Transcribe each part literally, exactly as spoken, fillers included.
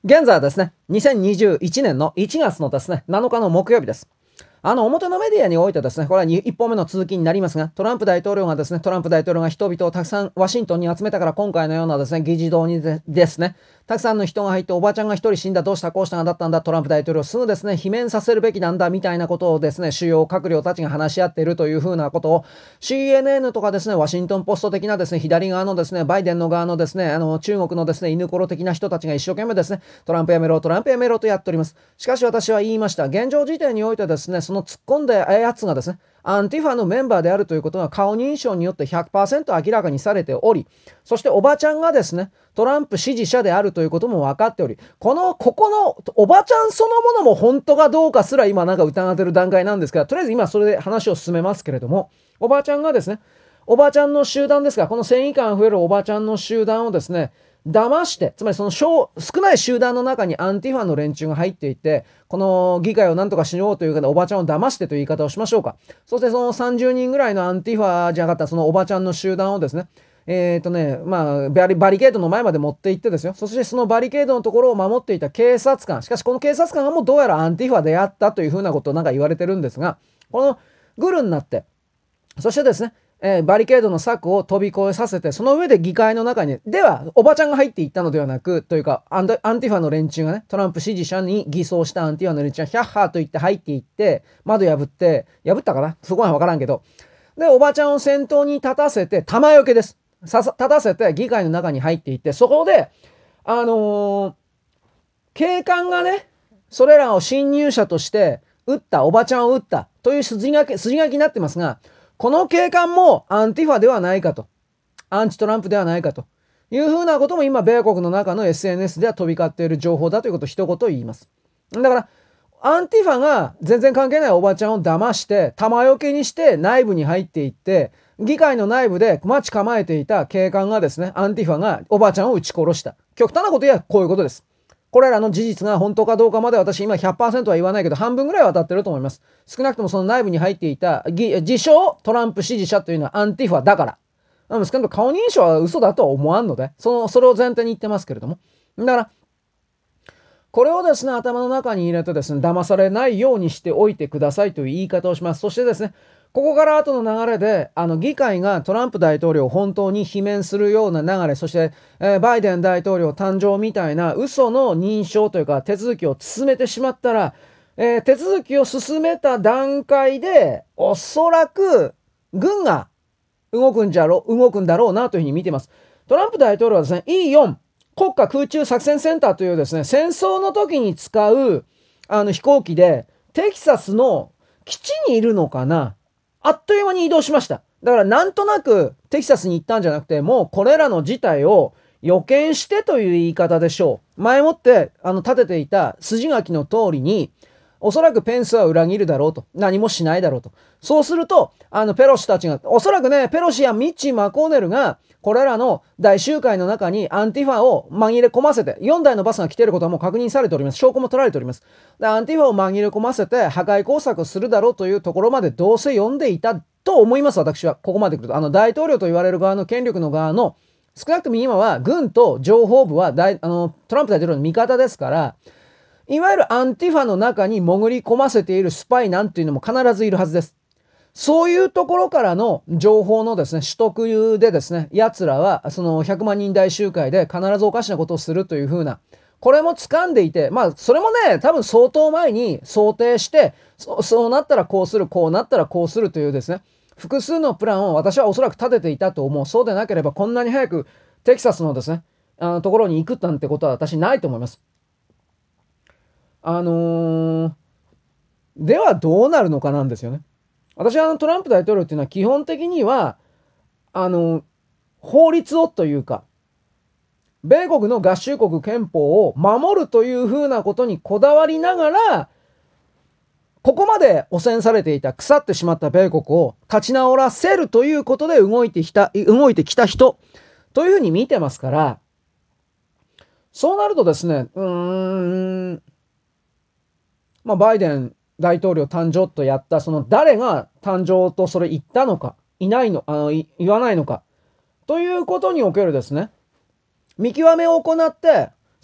現在はですね、にせんにじゅういちねんのいちがつのですね、なのかの木曜日です。あの、表のメディアにおいてですね、これはいっぽんめの続きになりますが、トランプ大統領がですね、トランプ大統領が人々をたくさんワシントンに集めたから、今回のようなですね、議事堂にでですね、たくさんの人が入って、おばちゃんが一人死んだ、どうしたこうしたがだったんだ、トランプ大統領すぐですね、罷免させるべきなんだ、みたいなことをですね、主要閣僚たちが話し合っているというふうなことを、シーエヌエヌ とかですね、ワシントンポスト的なですね、左側のですね、バイデンの側のですね、あの、中国のですね、犬ころ的な人たちが一生懸命ですね、トランプやめろ、トランプやめろとやっております。しかし私は言いました。現状時点においてですね、その突っ込んでやつがですね、アンティファのメンバーであるということが顔認証によって ひゃくパーセント 明らかにされており、そしておばちゃんがですね、トランプ支持者であるということも分かっており、この、ここのおばちゃんそのものも本当かどうかすら今なんか疑ってる段階なんですが、とりあえず今それで話を進めますけれども、おばちゃんがですね、おばちゃんの集団ですが、この繊維感あふれるおばちゃんの集団をですね、騙して、つまりその少少ない集団の中にアンティファの連中が入っていて、この議会をなんとかしようという方でおばちゃんを騙してという言い方をしましょうか。そしてそのさんじゅうにんぐらいのアンティファじゃなかったそのおばちゃんの集団をですね、えっ、ー、とね、まあバリ、バリケードの前まで持って行ってですよ。そしてそのバリケードのところを守っていた警察官。しかしこの警察官がもうどうやらアンティファであったというふうなことをなんか言われてるんですが、このグルになって、そしてですね、えー、バリケードの柵を飛び越えさせて、その上で議会の中に、では、おばちゃんが入っていったのではなく、というか、アンアンティファの連中がね、トランプ支持者に偽装したアンティファの連中が、ヒャッハーと言って入っていって、窓破って、破ったかなそこはわからんけど。で、おばちゃんを先頭に立たせて、玉よけです。ささ立たせて、議会の中に入っていって、そこで、あのー、警官がね、それらを侵入者として、撃った、おばちゃんを撃った、という筋書き、筋書きになってますが、この警官もアンティファではないかと。アンチトランプではないかというふうなことも今、米国の中の エスエヌエス では飛び交っている情報だということを一言言います。だから、アンティファが全然関係ないおばちゃんを騙して、玉よけにして内部に入っていって、議会の内部で待ち構えていた警官がですね、アンティファがおばちゃんを撃ち殺した。極端なこと言えばこういうことです。これらの事実が本当かどうかまで私今 ひゃくパーセント は言わないけど半分ぐらいは当たってると思います。少なくともその内部に入っていた自称トランプ支持者というのはアンティファだから。少なくとも顔認証は嘘だとは思わんので、その、それを前提に言ってますけれども。だから、これをですね、頭の中に入れてですね、騙されないようにしておいてくださいという言い方をします。そしてですね、ここから後の流れで、あの、議会がトランプ大統領を本当に罷免するような流れ、そして、えー、バイデン大統領誕生みたいな嘘の認証というか手続きを進めてしまったら、えー、手続きを進めた段階で、おそらく、軍が動くんじゃろう、動くんだろうなというふうに見ています。トランプ大統領はですね、イーフォー、国家空中作戦センターというですね、戦争の時に使う、あの飛行機で、テキサスの基地にいるのかな、あっという間に移動しました。だからなんとなくテキサスに行ったんじゃなくて、もうこれらの事態を予見してという言い方でしょう。前もって、あの、立てていた筋書きの通りに、おそらくペンスは裏切るだろうと。何もしないだろうと。そうすると、あの、ペロシたちが、おそらくね、ペロシやミッチー・マコーネルが、これらの大集会の中にアンティファを紛れ込ませて、よんだいのバスが来ていることはもう確認されております。証拠も取られております。で、アンティファを紛れ込ませて破壊工作をするだろうというところまでどうせ読んでいたと思います、私は。ここまで来ると。あの、大統領と言われる側の権力の側の、少なくとも今は軍と情報部は大あのトランプ大統領の味方ですから、いわゆるアンティファの中に潜り込ませているスパイなんていうのも必ずいるはずです。そういうところからの情報のですね、取得でですね、奴らはそのひゃくまんにん大集会で必ずおかしなことをするというふうな、これも掴んでいて、まあそれもね、多分相当前に想定して、そそうなったらこうする、こうなったらこうするというですね、複数のプランを私はおそらく立てていたと思う。そうでなければこんなに早くテキサスのですね、あのところに行くなんてことは私ないと思います。あのー、ではどうなるのかなんですよね。私はあのトランプ大統領っていうのは基本的には、あの、法律をというか、米国の合衆国憲法を守るというふうなことにこだわりながら、ここまで汚染されていた、腐ってしまった米国を立ち直らせるということで動いてきた、動いてきた人というふうに見てますから、そうなるとですね、うーん、まあ、バイデン大統領誕生とやった、その誰が誕生とそれ言ったのか、いないの、あの、言わないのか、ということにおけるですね、見極めを行って、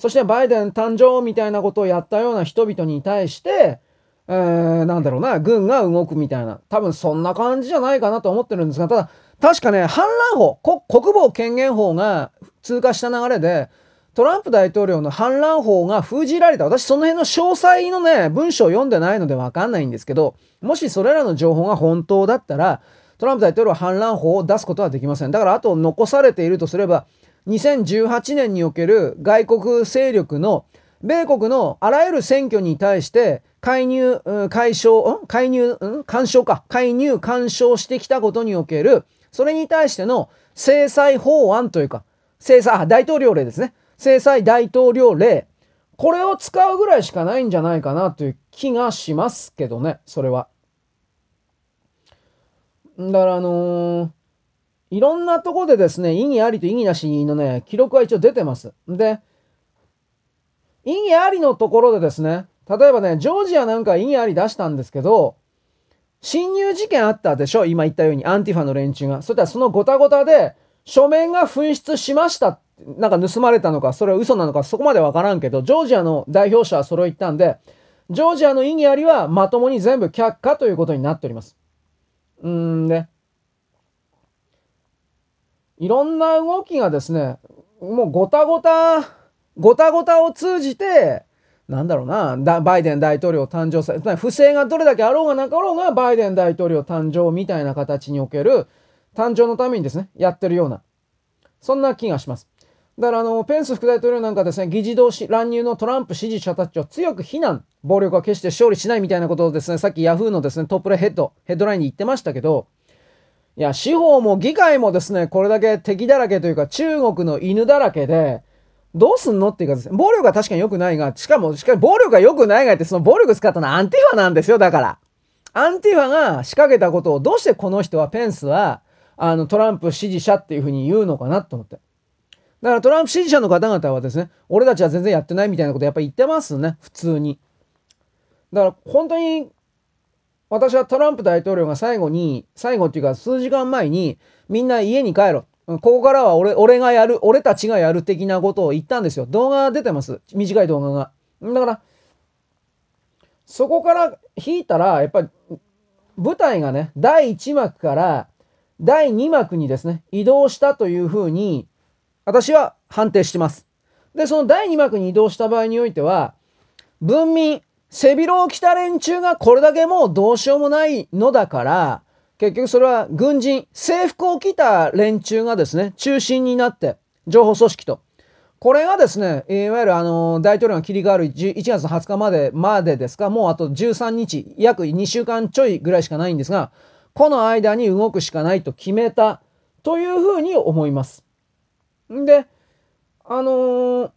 そしてバイデン誕生みたいなことをやったような人々に対して、えー、なんだろうな、軍が動くみたいな、多分そんな感じじゃないかなと思ってるんですが、ただ、確かね、反乱法、国防権限法が通過した流れで、トランプ大統領の反乱法が封じられた。私、その辺の詳細のね、文章を読んでないのでわかんないんですけど、もしそれらの情報が本当だったら、トランプ大統領は反乱法を出すことはできません。だから、あと残されているとすれば、にせんじゅうはちねんにおける外国勢力の米国のあらゆる選挙に対して介入、解消、介入、干渉か、介入、干渉してきたことにおける、それに対しての制裁法案というか、制裁、大統領令ですね。制裁大統領令。これを使うぐらいしかないんじゃないかなという気がしますけどね、それは。だからあのーいろんなとこでですね、意義ありと意義なしのね、記録は一応出てます。で、意義ありのところでですね、例えばね、ジョージアなんか意義あり出したんですけど、侵入事件あったでしょ、今言ったように、アンティファの連中が。そしたらそのごたごたで、書面が紛失しました。なんか盗まれたのか、それは嘘なのか、そこまでわからんけど、ジョージアの代表者はそれを言ったんで、ジョージアの意義ありはまともに全部却下ということになっております。うーんで、いろんな動きがですね、もうごたごた、ごたごたを通じて、なんだろうな、バイデン大統領誕生さ、不正がどれだけあろうがなかろうが、バイデン大統領誕生みたいな形における誕生のためにですね、やってるような、そんな気がします。だからあの、ペンス副大統領なんかですね、議事堂乱入のトランプ支持者たちを強く非難、暴力は決して勝利しないみたいなことをですね、さっきヤフーのですね、トップレヘッド、ヘッドラインに言ってましたけど、いや、司法も議会もですね、これだけ敵だらけというか、中国の犬だらけで、どうすんのっていうかですね、暴力は確かに良くないが、しかも、しかも暴力が良くないがって、その暴力使ったのはアンティファなんですよ、だから。アンティファが仕掛けたことを、どうしてこの人は、ペンスは、あの、トランプ支持者っていうふうに言うのかなと思って。だからトランプ支持者の方々はですね、俺たちは全然やってないみたいなことやっぱり言ってますね、普通に。だから本当に私はトランプ大統領が最後に、最後っていうか数時間前に、みんな家に帰ろ。ここからは俺、俺がやる、俺たちがやる的なことを言ったんですよ。動画出てます。短い動画が。だから、そこから引いたら、やっぱり、舞台がね、だいいち幕からだいに幕にですね、移動したというふうに、私は判定してます。で、そのだいに幕に移動した場合においては、文民、背広を着た連中がこれだけもうどうしようもないのだから、結局それは軍人、制服を着た連中がですね、中心になって、情報組織と。これがですね、いわゆるあの、大統領が切り替わるいちがつはつかまで、までですか、もうあとじゅうさんにち、約にしゅうかんちょいぐらいしかないんですが、この間に動くしかないと決めたというふうに思います。んで、あのー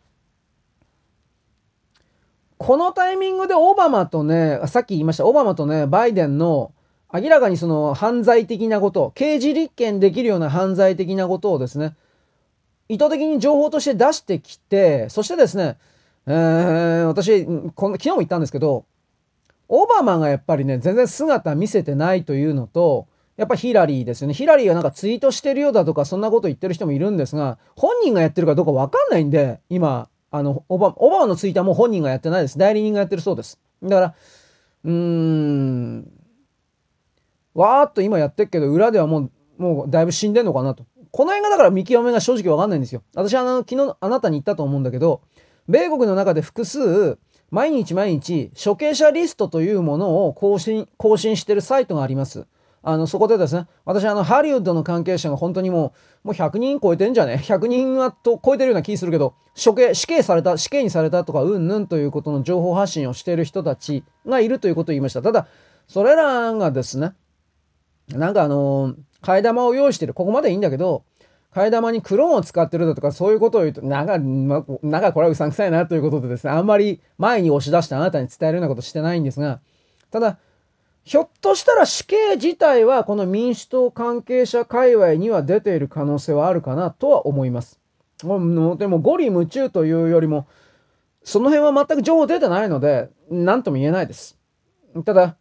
このタイミングでオバマとね、さっき言いました、オバマとね、バイデンの明らかにその犯罪的なこと、刑事立件できるような犯罪的なことをですね、意図的に情報として出してきて、そしてですね、えー、私、この昨日も言ったんですけど、オバマがやっぱりね、全然姿見せてないというのと、やっぱヒラリーですよね。ヒラリーがなんかツイートしてるようだとか、そんなこと言ってる人もいるんですが、本人がやってるかどうかわかんないんで、今、あの、オバオバマのツイートはもう本人がやってないです。代理人がやってるそうです。だから、うーん、わーっと今やってるけど、裏ではもう、もうだいぶ死んでんのかなと。この辺がだから見極めが正直わかんないんですよ。私はあの、昨日あなたに言ったと思うんだけど、米国の中で複数、毎日毎日、処刑者リストというものを更新、更新してるサイトがあります。あの、そこでですね、私あの、ハリウッドの関係者が本当にもう、もうひゃくにん超えてんじゃね ?ひゃく 人はと超えてるような気するけど、処刑、死刑された、死刑にされたとか、うんぬんということの情報発信をしている人たちがいるということを言いました。ただ、それらがですね、なんかあのー替え玉を用意してる。ここまでいいんだけど、替え玉にクローンを使ってるだとかそういうことを言うと、なんか、ま、なんかこれはうさんくさいなということでですね、あんまり前に押し出してあなたに伝えるようなことしてないんですが、ただ、ひょっとしたら死刑自体はこの民主党関係者界隈には出ている可能性はあるかなとは思います。もうでも、ゴリ夢中というよりも、その辺は全く情報出てないので、何とも言えないです。ただ、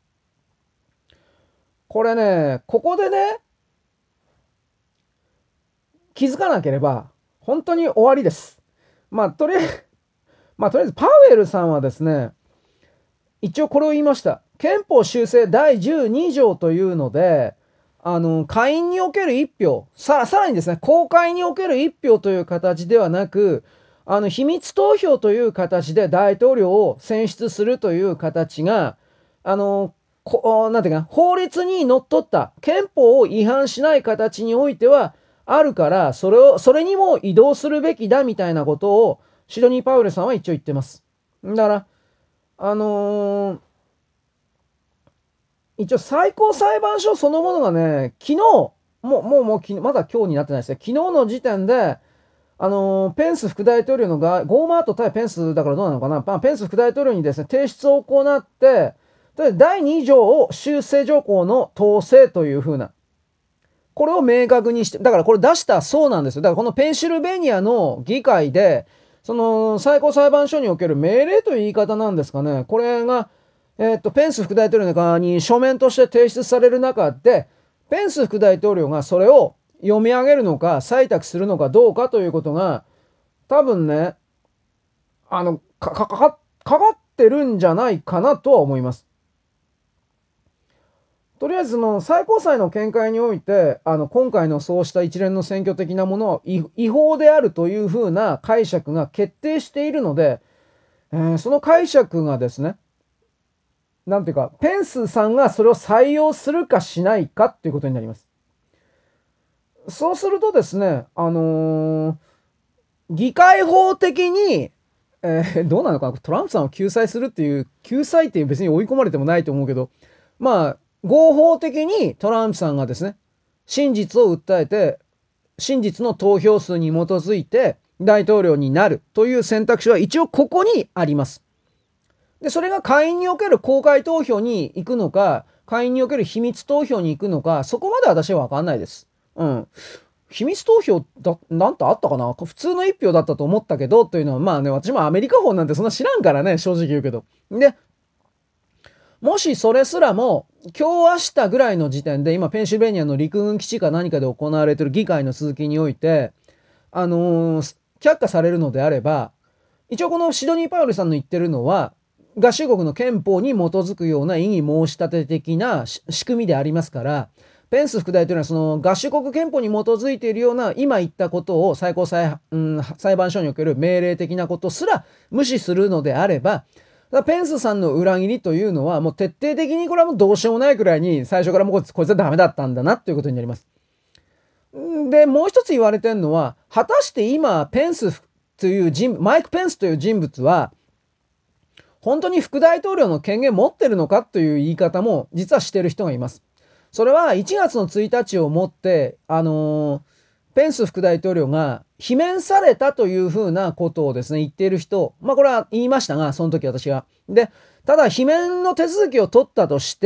これね、ここでね、気づかなければ、本当に終わりです。 まあ、とりあえず、まあ、とりあえず、パウエルさんはですね、一応これを言いました。憲法修正だいじゅうに条というので、あの、下院における一票、さ、さらにですね、公開における一票という形ではなく、あの、秘密投票という形で大統領を選出するという形が、あの、こなんていうか、法律にのっとった憲法を違反しない形においてはあるから、それを、それにも移動するべきだみたいなことをシドニー・パウエルさんは一応言ってます。だから、あのー一応最高裁判所そのものがね、昨日、もう、もう、もう、まだ今日になってないですね。昨日の時点で、あのーペンス副大統領のが、ゴーマート対ペンスだからどうなのかな、まあ、ペンス副大統領にですね、提出を行って、でだいに条を修正条項の統制というふうな、これを明確にして、だからこれ出したそうなんですよ。だからこのペンシルベニアの議会で、その最高裁判所における命令という言い方なんですかね。これが、えーっと、ペンス副大統領の側に書面として提出される中で、ペンス副大統領がそれを読み上げるのか、採択するのかどうかということが、多分ね、あの、か、か、かか、かかってるんじゃないかなとは思います。とりあえずの最高裁の見解において、あの、今回のそうした一連の選挙的なものは違法であるというふうな解釈が決定しているので、えーその解釈がですね、なんていうか、ペンスさんがそれを採用するかしないかっていうことになります。そうするとですね、あのー議会法的に、えーどうなのかな、トランプさんを救済するっていう、救済っていう別に追い込まれてもないと思うけど、まあ、合法的にトランプさんがですね、真実を訴えて、真実の投票数に基づいて大統領になるという選択肢は一応ここにあります。で、それが下院における公開投票に行くのか、下院における秘密投票に行くのか、そこまで私はわかんないです。うん。秘密投票だ、なんてあったかな、普通の一票だったと思ったけど、というのは、まあね、私もアメリカ法なんてそんな知らんからね、正直言うけど。で、もしそれすらも、今日明日ぐらいの時点で、今、ペンシルベニアの陸軍基地か何かで行われている議会の続きにおいて、あのー却下されるのであれば、一応このシドニー・パウエルさんの言ってるのは、合衆国の憲法に基づくような異議申し立て的な仕組みでありますから、ペンス副大統領はその合衆国憲法に基づいているような今言ったことを最高裁、うん、裁判所における命令的なことすら無視するのであれば、ペンスさんの裏切りというのはもう徹底的にこれはもうどうしようもないくらいに最初からもうこいつはダメだったんだなということになります。で、もう一つ言われてるのは、果たして今、ペンスという人、マイク・ペンスという人物は、本当に副大統領の権限持ってるのかという言い方も実はしてる人がいます。それはいちがつのついたちをもって、あのーペンス副大統領が罷免されたというふうなことをですね、言っている人、まあこれは言いましたが、その時私が。で、ただ罷免の手続きを取ったとして、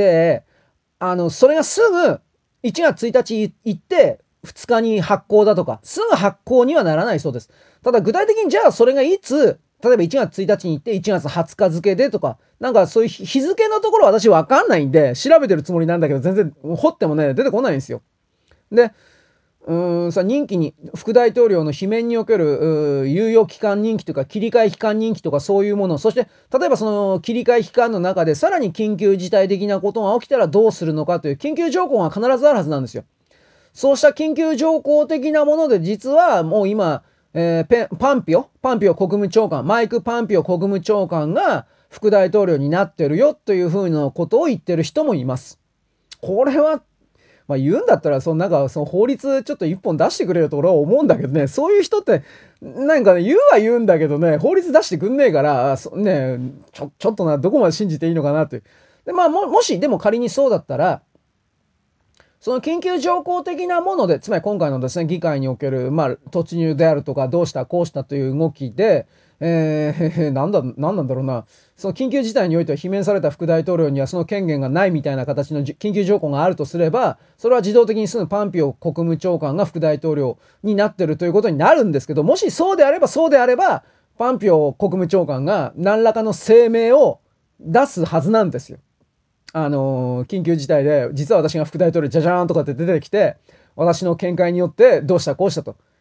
あの、それがすぐいちがつついたち行ってふつかに発行だとか、すぐ発行にはならないそうです。ただ具体的にじゃあそれがいつ、例えばいちがつついたちに行っていちがつはつか付でとか、なんかそういう日付のところは私わかんないんで、調べてるつもりなんだけど全然掘ってもね、出てこないんですよ。で、うーんさ、任期に、副大統領の罷免における猶予期間任期とか切り替え期間任期とかそういうもの、そして例えばその切り替え期間の中でさらに緊急事態的なことが起きたらどうするのかという緊急条項が必ずあるはずなんですよ。そうした緊急条項的なもので実はもう今、えーペンパンピオ、パンピオ国務長官、マイク・パンピオ国務長官が副大統領になってるよというふうなことを言ってる人もいます。これはまあ言うんだったら、そのなんか、その法律ちょっと一本出してくれると俺は思うんだけどね、そういう人って、なんかね、言うは言うんだけどね、法律出してくんねえから、そね、ちょ、ちょっとな、どこまで信じていいのかなって。で、まあも、もし、でも仮にそうだったら、その緊急条項的なもので、つまり今回のですね、議会における、まあ、突入であるとか、どうした、こうしたという動きで、えー、なんだ、なんなんだろうな。その緊急事態においては罷免された副大統領にはその権限がないみたいな形の緊急条項があるとすれば、それは自動的にすぐパンピオ国務長官が副大統領になってるということになるんですけど、もしそうであればそうであれば、パンピオ国務長官が何らかの声明を出すはずなんですよ。あのー緊急事態で、実は私が副大統領じゃじゃーんとかって出てきて、私の見解によってどうしたこうしたと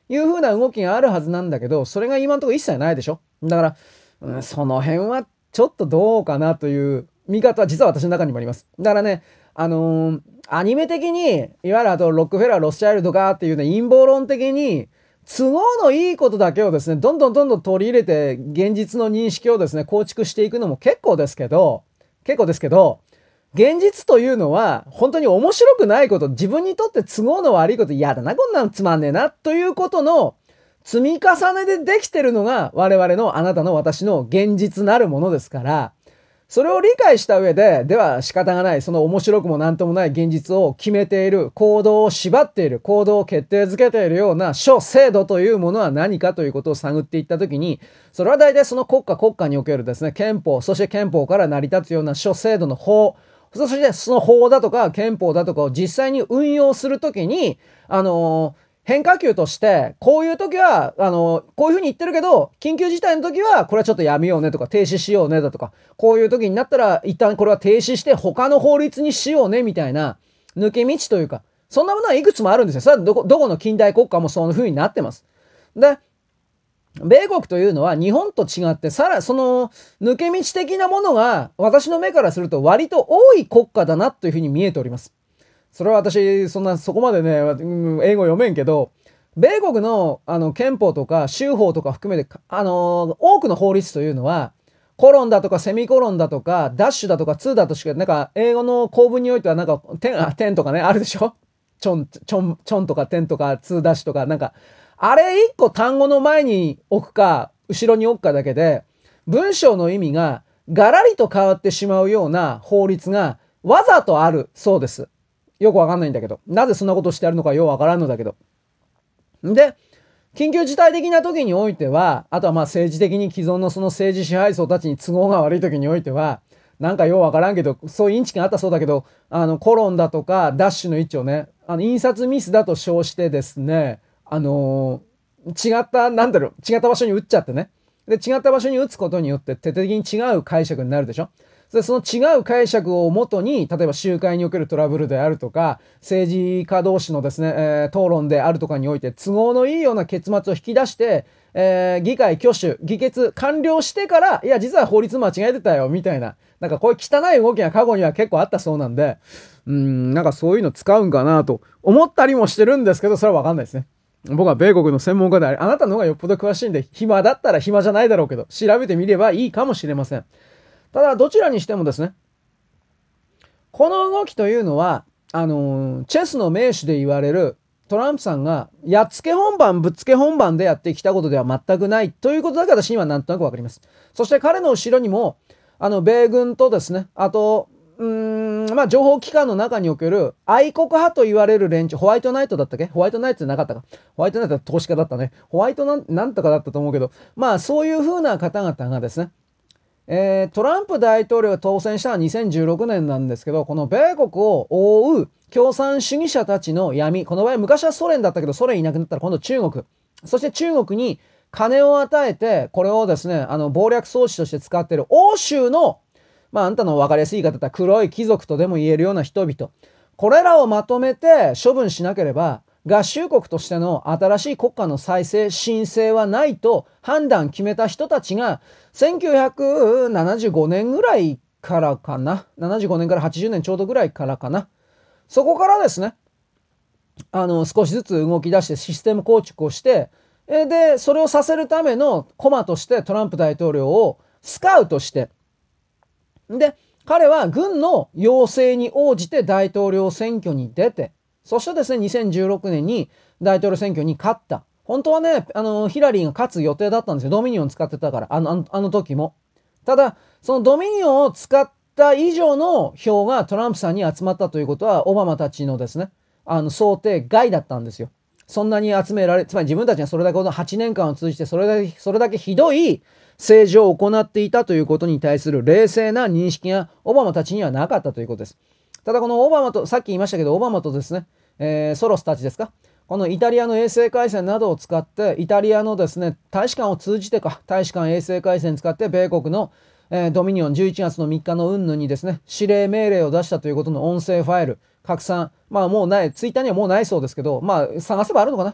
いう風な動きがあるはずなんだけど、それが今のところ一切ないでしょ。だから、うん、その辺はちょっとどうかなという見方は実は私の中にもあります。だからね、あのーアニメ的に、いわゆるあとロックフェラー、ロスチャイルドかっていうね、陰謀論的に、都合のいいことだけをですね、どんどんどんどん取り入れて、現実の認識をですね、構築していくのも結構ですけど、結構ですけど、現実というのは、本当に面白くないこと、自分にとって都合の悪いこと、嫌だな、こんなのつまんねえな、ということの積み重ねでできてるのが、我々のあなたの私の現実なるものですから、それを理解した上で、では仕方がない、その面白くもなんともない現実を決めている、行動を縛っている、行動を決定づけているような諸制度というものは何かということを探っていったときに、それは大体その国家国家におけるですね、憲法、そして憲法から成り立つような諸制度の法、そしてその法だとか憲法だとかを実際に運用するときに、あのー変化球として、こういう時は、あの、こういうふうに言ってるけど、緊急事態の時は、これはちょっとやめようねとか、停止しようねだとか、こういう時になったら、一旦これは停止して、他の法律にしようねみたいな、抜け道というか、そんなものはいくつもあるんですよ。それはどこ、どこの近代国家もその風になってます。で、米国というのは日本と違って、さら、その、抜け道的なものが、私の目からすると割と多い国家だなというふうに見えております。それは私、そんな、そこまでね、英語読めんけど、米国の、あの、憲法とか州法とか含めて、あのー多くの法律というのは、コロンだとかセミコロンだとか、ダッシュだとかツーだとしか、なんか、英語の構文においては、なんか、点、あ、点とかね、あるでしょ。ちょん、ちょん、ちょんとか点とかツーダッシュとか、なんか、あれ一個単語の前に置くか、後ろに置くかだけで、文章の意味がガラリと変わってしまうような法律がわざとあるそうです。よくわかんないんだけど。なぜそんなことしてあるのかようわからんのだけど。で、緊急事態的な時においては、あとはまあ政治的に既存のその政治支配層たちに都合が悪い時においては、なんかようわからんけど、そういうインチキがあったそうだけど、あの、コロンだとか、ダッシュの位置をね、あの、印刷ミスだと称してですね、あのー違った、なんだろう、違った場所に打っちゃってね。で、違った場所に打つことによって、徹底的に違う解釈になるでしょ。で、その違う解釈をもとに、例えば集会におけるトラブルであるとか、政治家同士のですね、えー討論であるとかにおいて、都合のいいような結末を引き出して、えー議会挙手、議決完了してから、いや、実は法律間違えてたよ、みたいな。なんかこういう汚い動きが過去には結構あったそうなんで、うーん、なんかそういうの使うんかなと思ったりもしてるんですけど、それはわかんないですね。僕は米国の専門家であり、あなたの方がよっぽど詳しいんで、暇だったら暇じゃないだろうけど、調べてみればいいかもしれません。ただ、どちらにしてもですね、この動きというのは、あのーチェスの名手で言われるトランプさんが、やっつけ本番、ぶっつけ本番でやってきたことでは全くないということだけ私にはなんとなくわかります。そして彼の後ろにも、あの、米軍とですね、あと、うーん、まあ、情報機関の中における愛国派と言われる連中、ホワイトナイトだったっけホワイトナイトじゃなかったか。ホワイトナイトは投資家だったね。ホワイトなん、なんとかだったと思うけど、まあ、そういう風な方々がですね、えー、トランプ大統領が当選したのはにせんじゅうろくねんなんですけど、この米国を覆う共産主義者たちの闇、この場合昔はソ連だったけど、ソ連いなくなったら今度中国。そして中国に金を与えて、これをですね、あの、謀略装置として使っている欧州の、まあ、あんたの分かりやすい言い方だったら黒い貴族とでも言えるような人々。これらをまとめて処分しなければ、合衆国としての新しい国家の再生、申請はないと判断決めた人たちが、せんきゅうひゃくななじゅうごねんぐらいからかな。ななじゅうごねんからはちじゅうねんちょうどぐらいからかな。そこからですね、あの、少しずつ動き出してシステム構築をして、で、それをさせるためのコマとしてトランプ大統領をスカウトして、で、彼は軍の要請に応じて大統領選挙に出て、そしてですね、にせんじゅうろくねんに大統領選挙に勝った。本当はね、あの、ヒラリーが勝つ予定だったんですよ。ドミニオン使ってたから、あの、あのあの時も。ただ、そのドミニオンを使った以上の票がトランプさんに集まったということは、オバマたちのですね、あの、想定外だったんですよ。そんなに集められ、つまり自分たちがそれだけこのはちねんかんを通じてそれだけ、それだけひどい政治を行っていたということに対する冷静な認識がオバマたちにはなかったということです。ただこのオバマと、さっき言いましたけど、オバマとですね、えー、ソロスたちですか、このイタリアの衛星回線などを使って、イタリアのですね、大使館を通じてか、大使館衛星回線使って米国の、えー、ドミニオンじゅういちがつのみっかの云々にですね、指令命令を出したということの音声ファイル、拡散、まあもうない、ツイッターにはもうないそうですけど、まあ探せばあるのかな。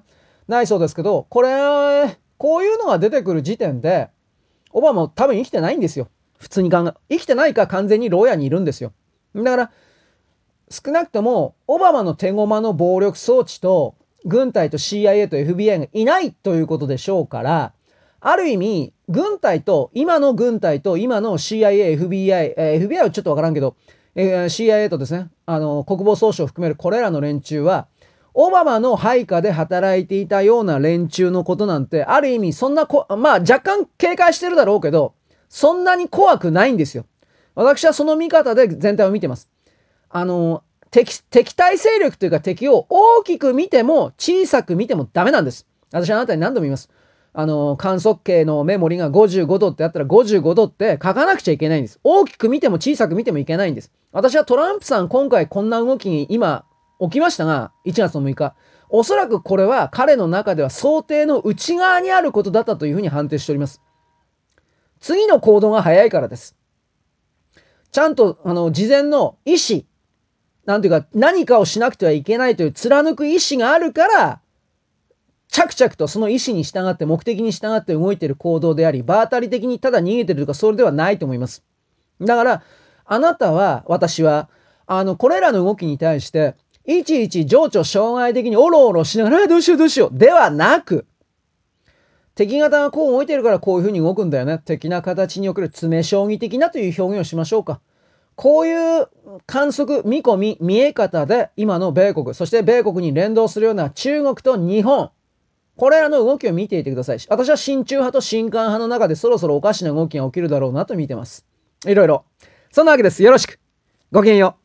ないそうですけど、これ、こういうのが出てくる時点で、オバマ多分生きてないんですよ。普通に考え、生きてないか完全に牢屋にいるんですよ。だから、少なくとも、オバマの手駒の暴力装置と、軍隊と シーアイエー と エフビーアイ がいないということでしょうから、ある意味、軍隊と、今の軍隊と今の シーアイエー、エフビーアイ、えー、エフビーアイ はちょっとわからんけど、えー、シーアイエー とですね、あの、国防総省を含めるこれらの連中は、オバマの配下で働いていたような連中のことなんて、ある意味、そんなこ、まあ若干警戒してるだろうけど、そんなに怖くないんですよ。私はその見方で全体を見てます。あの、敵、敵対勢力というか敵を大きく見ても小さく見てもダメなんです。私はあなたに何度も言います。あの、観測計のメモリがごじゅうごどってあったらごじゅうごどって書かなくちゃいけないんです。大きく見ても小さく見てもいけないんです。私はトランプさん今回こんな動きに今起きましたが、いちがつのむいか。おそらくこれは彼の中では想定の内側にあることだったというふうに判定しております。次の行動が早いからです。ちゃんと、あの、事前の意思、なんていうか、何かをしなくてはいけないという貫く意思があるから、着々とその意思に従って目的に従って動いている行動であり、場当たり的にただ逃げてるとかそれではないと思います。だから、あなたは、私は、あの、これらの動きに対して、いちいち情緒障害的におろおろしながら、どうしようどうしよう、ではなく、敵方がこう動いてるからこういう風に動くんだよね。的な形における詰将棋的なという表現をしましょうか。こういう観測、見込み、見え方で今の米国、そして米国に連動するような中国と日本、これらの動きを見ていてください。私は親中派と親韓派の中でそろそろおかしな動きが起きるだろうなと見てます。いろいろ。そんなわけです。よろしく。ごきげんよう。